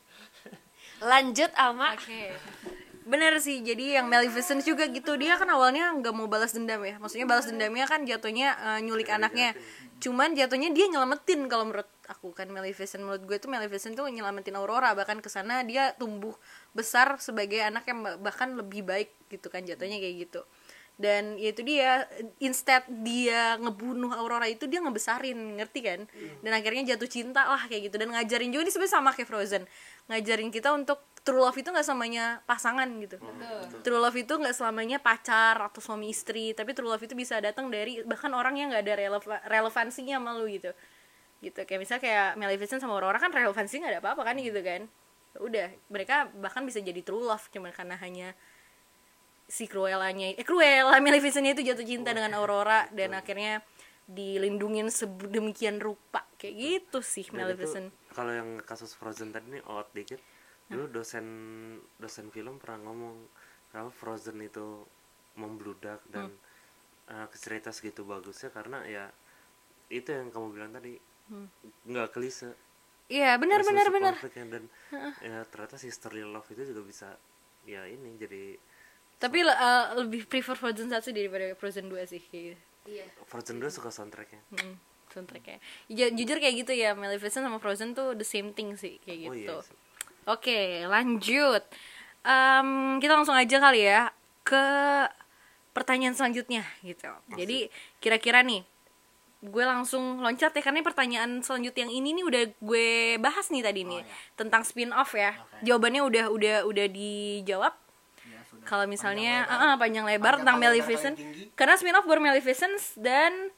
Lanjut Alma. Oke. Bener sih, jadi yang Maleficent juga gitu, dia kan awalnya nggak mau balas dendam ya, maksudnya balas dendamnya kan jatuhnya nyulik anaknya, cuman jatuhnya dia nyelamatin. Kalau menurut aku kan Maleficent, menurut gue tuh Maleficent tuh nyelamatin Aurora, bahkan kesana dia tumbuh besar sebagai anak yang bahkan lebih baik gitu kan jatuhnya kayak gitu. Dan ya itu dia, instead dia ngebunuh Aurora itu dia ngebesarin, ngerti kan, dan akhirnya jatuh cinta lah kayak gitu. Dan ngajarin juga, ini sebenarnya sama kayak Frozen, ngajarin kita untuk true love itu nggak selamanya pasangan gitu. True love itu nggak selamanya pacar atau suami istri, tapi true love itu bisa datang dari bahkan orang yang nggak ada relevansinya sama lu gitu. Kayak misalnya kayak Maleficent sama Aurora kan relevansinya nggak ada apa-apa kan gitu kan. Udah, mereka bahkan bisa jadi true love cuma karena hanya si Cruella Maleficentnya itu jatuh cinta dengan Aurora dan akhirnya dilindungin sedemikian rupa kayak gitu sih Maleficent. Kalau yang kasus Frozen tadi nih out dikit, dulu dosen film pernah ngomong kenapa Frozen itu membludak dan cerita segitu bagusnya, karena ya itu yang kamu bilang tadi, nggak klise. Iya benar. Dan ya ternyata sisterly love itu juga bisa ya ini jadi. Tapi lebih prefer Frozen 1 daripada Frozen 2 sih kayak gitu. Iya. Frozen 2 suka soundtracknya. Soundtracknya jujur kayak gitu ya, Maleficent sama Frozen tuh the same thing sih kayak gitu. Iya sih. Oke, lanjut. Kita langsung aja kali ya ke pertanyaan selanjutnya gitu. Jadi kira-kira nih, gue langsung loncat ya, karena pertanyaan selanjutnya yang ini nih udah gue bahas nih tadi nih, tentang spin-off ya. Jawabannya udah dijawab. Kalau misalnya panjang lebar tentang Maleficent, karena spin-off baru Maleficent dan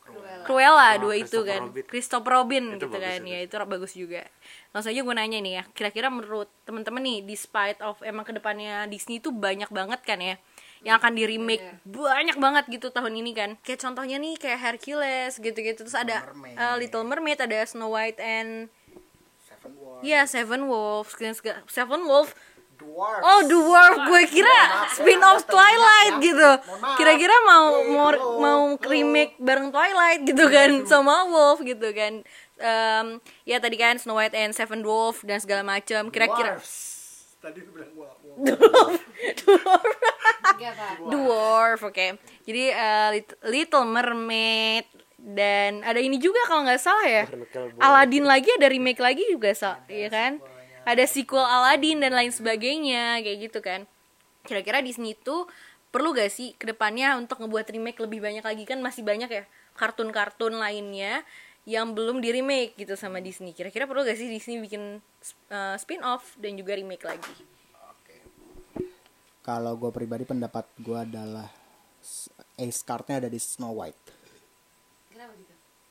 Cruella, dua itu Christopher kan. Robin. Christopher Robin Itu gitu bagus kan. itu. Ya itu bagus juga. Langsung aja gue nanya nih ya, kira-kira menurut temen-temen nih, despite of emang kedepannya Disney tuh banyak banget kan ya yang akan di remake, banyak banget gitu tahun ini kan. Kayak contohnya nih kayak Hercules gitu-gitu, terus ada Little Mermaid, ada Snow White and Seven Wolves, Seven Wolf. Dwarf. Oh, Dwarf, gue kira spin-off Twilight gitu. Kira-kira mau remake bareng Twilight gitu kan, sama Wolf gitu kan. Ya tadi kan Snow White and Seven Dwarf dan segala macam. Kira-kira Tadi gue bilang gua Dwarf, oke. Jadi Little Mermaid dan ada ini juga kalau nggak salah ya. Aladdin lagi ada remake lagi juga, ya kan? Ada sequel Aladdin dan lain sebagainya kayak gitu kan. Kira-kira Disney itu perlu gak sih kedepannya untuk ngebuat remake lebih banyak lagi, kan masih banyak ya kartun-kartun lainnya yang belum di remake gitu sama Disney. Kira-kira perlu gak sih Disney bikin spin-off dan juga remake lagi? Kalau gue pribadi, pendapat gue adalah ace cardnya ada di Snow White. Kenapa gitu?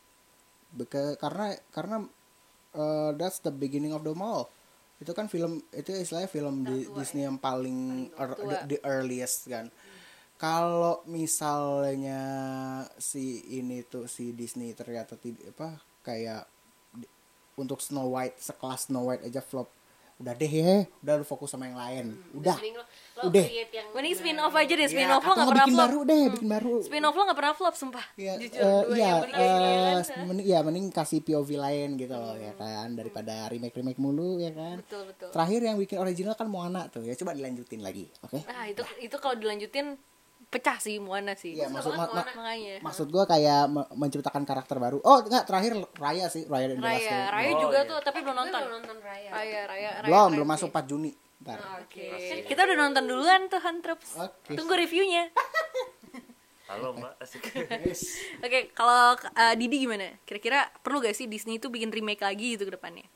Karena that's the beginning of the mall. Itu kan film, itu istilahnya film di Disney yang paling the earliest kan. Kalau misalnya si Disney ternyata kayak untuk Snow White, sekelas Snow White aja flop, udah deh ya, udah lu fokus sama yang lain. Udah. Udah. Mending spin-off aja deh, spin-off lo Atau nggak pernah bikin flop. baru deh, bikin baru. Spin-off lo nggak pernah flop, sumpah. Ya, Jujur, mending kasih POV lain gitu loh ya kan, daripada remake mulu ya kan. Betul. Terakhir yang bikin original kan Moana tuh, ya coba dilanjutin lagi, oke? Nah, itu kalau dilanjutin pecah sih Moana sih. Iya, Makanya. maksud gua kayak menciptakan karakter baru. Oh, enggak, terakhir Raya sih, Raya dan The Last Kingdom. Raya juga tuh, tapi belum nonton. Raya. Raya. Belum masuk 4 Juni. Ntar. Oke. Kita udah nonton duluan tuh Huntrops. Oke. Tunggu reviewnya. Halo Mbak, asik. Oke, kalau Didi gimana? Kira-kira perlu gak sih Disney itu bikin remake lagi gitu ke depannya?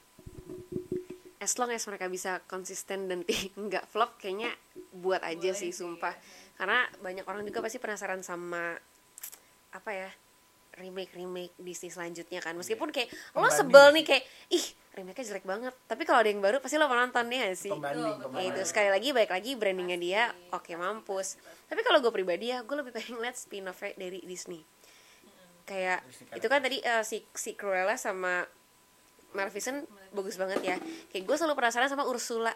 As long as mereka bisa konsisten dan nggak flop, kayaknya buat aja sih, sumpah. Karena banyak orang juga pasti penasaran sama apa ya, remake Disney selanjutnya kan. Meskipun kayak lo sebel nih kayak remake-nya jelek banget, tapi kalau ada yang baru pasti lo mau nonton ya sih. Ya itu sekali lagi baik lagi brandingnya dia oke, mampus. Tapi kalau gue pribadi ya, gue lebih pengen lihat spin-off dari Disney. Kayak itu kan tadi si Cruella sama Maleficent bagus banget ya. Kayak gue selalu penasaran sama Ursula.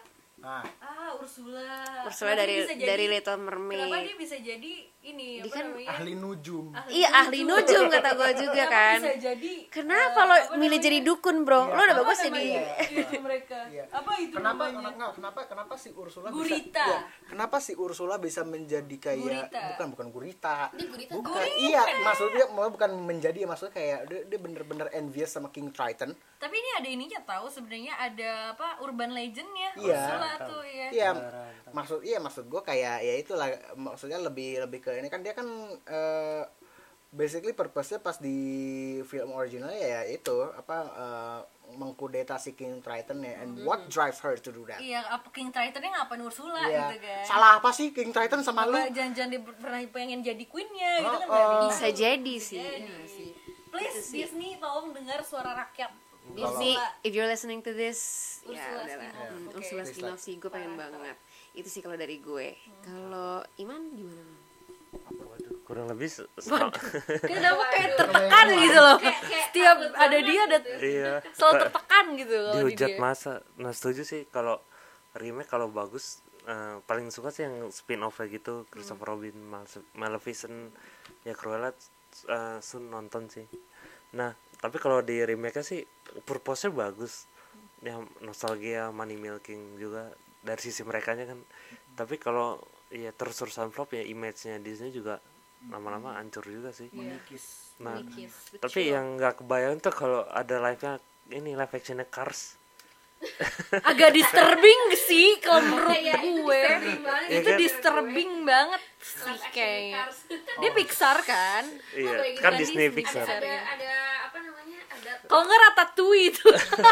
Ursula dari Little Mermaid. Kenapa dia bisa jadi ini? Dia kan Ahli nujum. Iya, ahli nujum kata gue juga kan. Bisa jadi Kenapa lo milih jadi dukun, bro? Lo udah bagus jadi itu mereka. Apa itu namanya? Kenapa si Ursula Gurita. bisa? Kenapa si Ursula bisa menjadi kayak Gurita. bukan Gurita. Dia Gurita. Bukan. Iya, maksudnya bukan menjadi, maksudnya kayak dia bener-bener envious sama King Triton. Tapi ini ada ininya tahu, sebenarnya ada apa urban legendnya Iya. Ursula tuh ya. Iya, maksud gue kayak ya itulah, maksudnya lebih ke ini kan, dia kan basically purpose-nya pas di film originalnya ya itu mengkudeta si King Triton ya, and what drives her to do that? Iya, apa King Triton-nya ngapain Ursula Iya. gitu kan. Salah apa sih King Triton sama lu? Apa jangan-jangan dia pernah pengen jadi queen-nya gitu kan. Bisa jadi sih. Iya sih. Please Disney tolong dengar suara rakyat. Disney, if you're listening to this, Ursula ya udahlah. spin-off. Oke. Ursula spin-off sih, gue pengen banget. Itu sih kalau dari gue. Kalau Iman gimana? Waduh, kurang lebih Kenapa kayak tertekan gitu loh. Setiap ada dia ada iya. selalu tertekan gitu kalau di Dihujat dia. masa. Nah, setuju sih kalau remake, kalau bagus paling suka sih yang spin-off kayak gitu, Christopher Robin, Maleficent, ya Cruella, Sun nonton sih. Nah, tapi kalau di remake sih purpose-nya bagus. Ya nostalgia, money milking juga dari sisi merekanya kan. Tapi kalau ya terus-terusan flop ya, image-nya Disney juga lama-lama hancur juga sih. Nah, tapi yang nggak kebayang tuh kalau ada live-nya ini, live action-nya Cars. Agak disturbing sih kalau menurut gue. Ya Itu kan? disturbing banget sih kayaknya. Dia Pixar kan? Iya, kan Disney Pixar. Ada apa namanya? Ada Kalau nggak Ratatouille itu.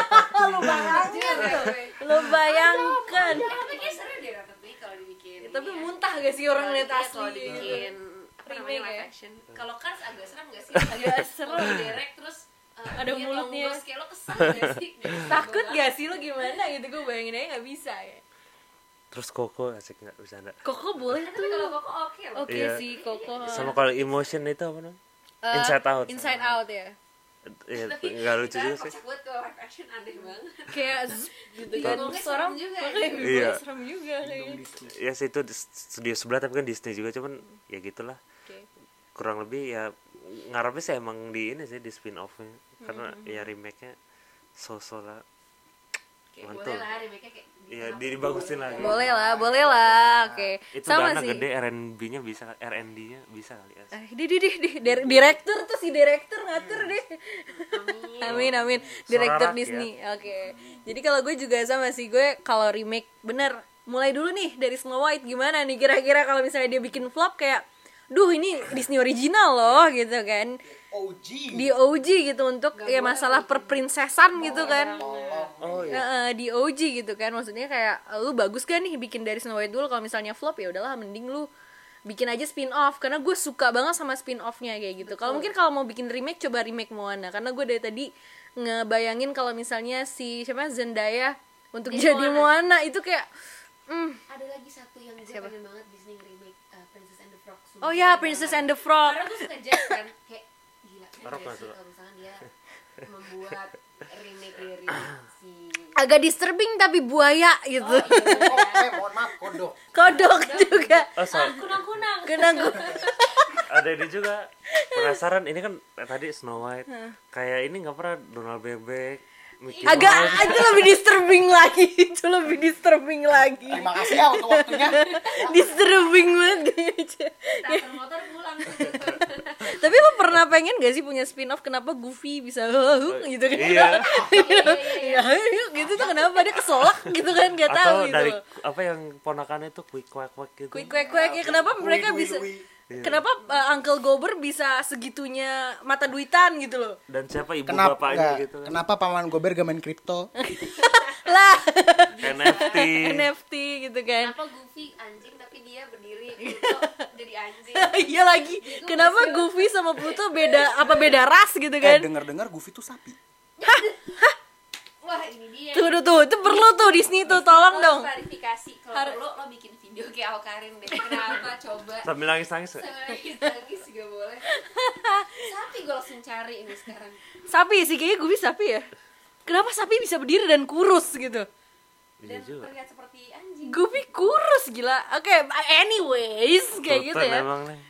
Lo bayangkan. tapi kayak seru deh Ratatouille kalau dibikin. Tapi muntah gak sih orang lihat Kalau asli? dibikin namanya Remake live ya? action. Kalau Cars agak serem gak sih? Agak serem. Kalau direct terus Ada dia mulutnya. tonggos, kayak lo kesel gak sih? Takut gak sih lo gimana gitu, gue bayangin aja gak bisa ya. Terus Koko asik nggak, bisa nggak? Koko boleh Tapi tuh. kalau Koko oke loh. Oke Iya. sih Koko. Sama kalau emotion itu apa namanya? Inside Out. Inside Out ya. Iya, Tapi nggak lucu kan juga sih. kocak banget kalau live action, aneh banget. Kayak zzz, gitu Iya, kan. ngomongnya Terus orang serem juga. makanya gue Iya. serem juga kayaknya. Ya sih itu di studio sebelah tapi kan Disney juga, cuman ya gitulah. Oke. Kurang lebih ya ngarepnya sih emang di ini sih, di spin offnya, karena ya remake-nya so-so lah. Kayak Mantul. boleh lah remake-nya kayak Iya, dibagusin lagi. Boleh lah. Oke. Itu Sama dana sih. gede, R&B-nya bisa, R&D-nya bisa kali ya. Direktur tuh si direktur ngatur deh. Amin. Direktur Suara Disney. Oke. Jadi kalau gue juga sama sih, gue kalau remake bener mulai dulu nih dari Snow White, gimana nih kira-kira kalau misalnya dia bikin flop kayak duh ini Disney original loh gitu kan. OG. Di OG gitu untuk ya masalah perprinsesan gitu kan. Oh iya. Di OG gitu kan, maksudnya kayak lu bagus kan nih bikin dari Snow White dulu, kalau misalnya flop ya udahlah mending lu bikin aja spin off, karena gue suka banget sama spin offnya kayak gitu. Kalau mungkin kalau mau bikin remake coba remake Moana, karena gue dari tadi ngebayangin kalau misalnya si siapa Zendaya untuk jadi Moana itu kayak ada lagi satu yang gue pengen banget Disney remake, Princess and the Frog. oh ya Princess and the Frog. Karena gue suka jazz kan, kayak gila kan Rock gak nggak sih suka? kalau misalnya dia membuat remake dari si Agak disturbing tapi buaya gitu. Mohon maaf, kodok. Kodok juga. Oh, kunang-kunang. Kenang ada ini juga penasaran, ini kan tadi Snow White kayak ini nggak pernah Donald Bebek, Mickey agak Mouse. itu lebih disturbing lagi. Itu lebih disturbing lagi. Terima kasih ya untuk waktunya. Disturbing banget kayaknya. Starter motor pulang Tapi lo pernah pengen gak sih punya spin off, kenapa Goofy bisa gitu kan? Iya. Ya, gitu tuh kenapa dia kesolak gitu kan, gak tahu Atau gitu. dari apa yang ponakannya tuh quick quack quack gitu. Quick quack quack ya, kenapa mereka bisa Iya. kenapa Uncle Gober bisa segitunya mata duitan gitu loh. Dan siapa ibu Kenapa bapaknya enggak? gitu kan. Kenapa paman Gober gak main kripto? Lah, NFT. NFT gitu kan. kenapa Goofy anjing tapi dia berdiri Pluto jadi anjing. Iya lagi. Kenapa Goofy sama Pluto beda ras gitu kan? Dengar-dengar Goofy tuh sapi. Wah ini dia. Tuh, itu perlu tuh Disney tuh, tolong Lo dong. klarifikasi kalau lo bikin video kayak Alkarin deh. Kenapa coba? Sambil nangis-nangis. Sama nangis juga boleh. Sapi gue langsung cari ini sekarang. Sapi sih, kayaknya Goofy sapi ya. Kenapa sapi bisa berdiri dan kurus gitu? Iya Dan juga. terlihat seperti anjing. Goofy kurus gila. Oke, anyways kayak gitu Sultan ya. emang nih.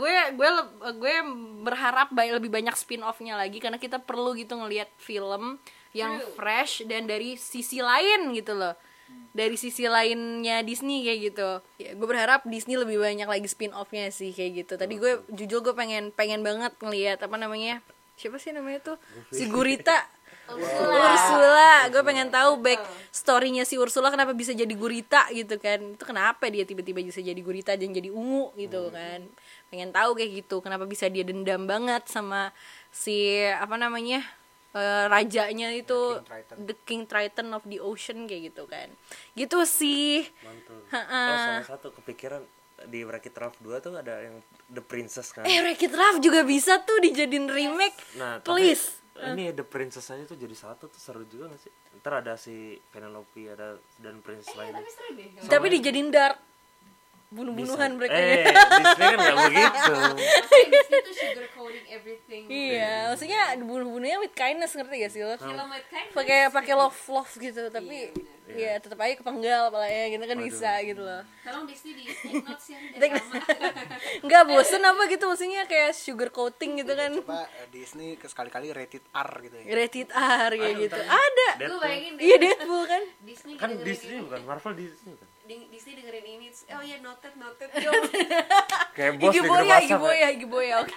Gue berharap lebih banyak spin offnya lagi, karena kita perlu gitu ngelihat film yang fresh dan dari sisi lain gitu loh, dari sisi lainnya Disney kayak gitu ya. Gue berharap Disney lebih banyak lagi spin offnya sih kayak gitu. Tadi gue jujur gue pengen banget ngelihat apa namanya, siapa sih namanya tuh, si Gurita. Ursula, gue pengen tahu back story-nya si Ursula, kenapa bisa jadi gurita gitu kan. Itu kenapa dia tiba-tiba bisa jadi gurita dan jadi ungu gitu kan. Pengen tahu kayak gitu, kenapa bisa dia dendam banget sama si apa namanya, rajanya itu, the King Triton of the Ocean kayak gitu kan. Gitu sih. Mantul. Oh, sama satu kepikiran di Wreck-It Ralph 2 tuh ada yang The Princess kan. Wreck-It Ralph juga bisa tuh dijadiin remake. Nah, please. Ini The Princess aja tuh jadi satu tuh seru juga gak sih? Ntar ada si Penelope ada dan princess lainnya. Tapi seru deh. Tapi dijadiin dark. Bunuh-bunuhan mereka. Disney kan gak begitu. Makanya Disney tuh sugar coating everything. Iya, maksudnya bunuh-bunuhnya with kindness, ngerti gak sih lo? Film with kindness. Pakai love gitu, tapi ya tetap aja kepenggal palanya gitu kan, bisa gitu loh. Tolong Disney di take notes ya, jangan lama. Enggak bosen apa gitu, maksudnya kayak sugar coating gitu kan. Coba Disney sekali-kali rated R gitu ya. Rated R kayak gitu. Ada. Gue bayangin deh. Iya, Deadpool kan. Disney Kan dengerin Disney ini. bukan Marvel, Disney kan. Disney dengerin ini. Oh ya noted. Kayak bos di grup Iggy WhatsApp. Boya, oke.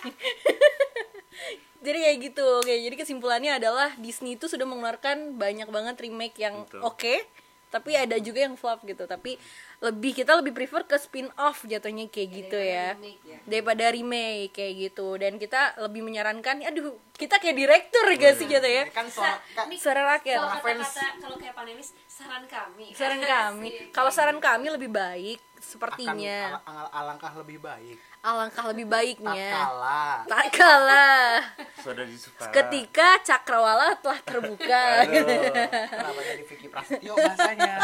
Jadi kayak gitu. Oke, jadi kesimpulannya adalah Disney itu sudah mengeluarkan banyak banget remake yang Betul. oke, tapi ada juga yang flop gitu. Tapi kita lebih prefer ke spin off jatuhnya kayak gitu ya, daripada remake kayak gitu. Dan kita lebih menyarankan, aduh kita kayak direktur gak sih jatuh ya, Kan suara rakyat. Kalau kata-kata kalau kayak panelis saran kami. Kalau saran kami lebih baik sepertinya, alangkah lebih baik. alangkah lebih baiknya Tak kalah. tak kalah Sudah disuka. ketika cakrawala telah terbuka. Kenapa jadi Vicky Prasetyo bahasanya?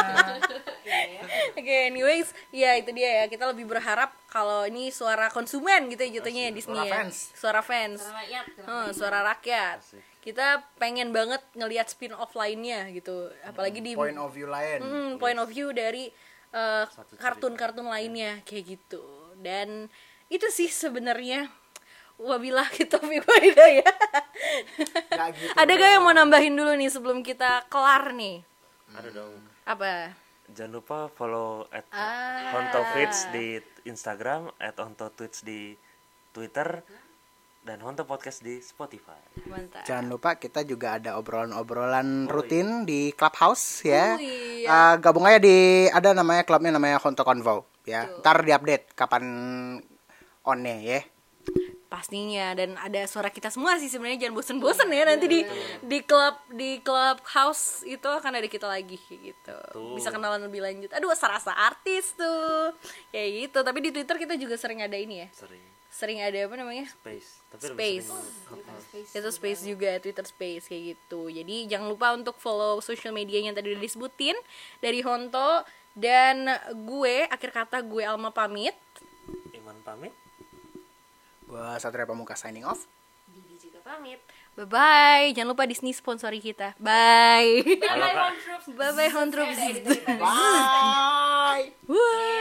Oke, anyways, ya itu dia ya. Kita lebih berharap kalau ini suara konsumen gitu ya jatuhnya ya Disney Suara ya. fans. Suara fans. Rakyat. Suara rakyat. Kita pengen banget ngelihat spin-off lainnya gitu. Apalagi di Point of view lain. point of view dari kartun-kartun lainnya kayak gitu. Dan itu sih sebenarnya. Wabilah kita ya. Nggak gitu. Ada gak yang mau nambahin dulu nih sebelum kita kelar nih? Ada dong. Apa? Jangan lupa follow @hontofits di Instagram, @hontotweets di Twitter, dan Honto Podcast di Spotify. Mantap. Jangan lupa kita juga ada obrolan-obrolan rutin di Clubhouse ya. Iya. Gabung aja di ada namanya klubnya namanya Honto Convo ya. Ntar diupdate kapan on-nya ya. Pastinya, dan ada suara kita semua sih sebenarnya, jangan bosen-bosen ya nanti di Clubhouse itu akan ada kita lagi kayak gitu. Bisa kenalan lebih lanjut. Aduh, serasa artis tuh. Kayak gitu. Tapi di Twitter kita juga sering ada ini ya. Sering ada apa namanya? Space. Tapi Space. Itu Space juga, Twitter Space kayak gitu. Jadi jangan lupa untuk follow social media yang tadi udah disebutin dari Honto. Dan gue, akhir kata gue Alma pamit. Iman pamit. Gua Satria Pamungkas signing off. Didi juga pamit. Bye-bye. Jangan lupa Disney sponsori kita. Bye. Bye bye Hon Troops. Bye-bye Hon Troops. Bye. Wah.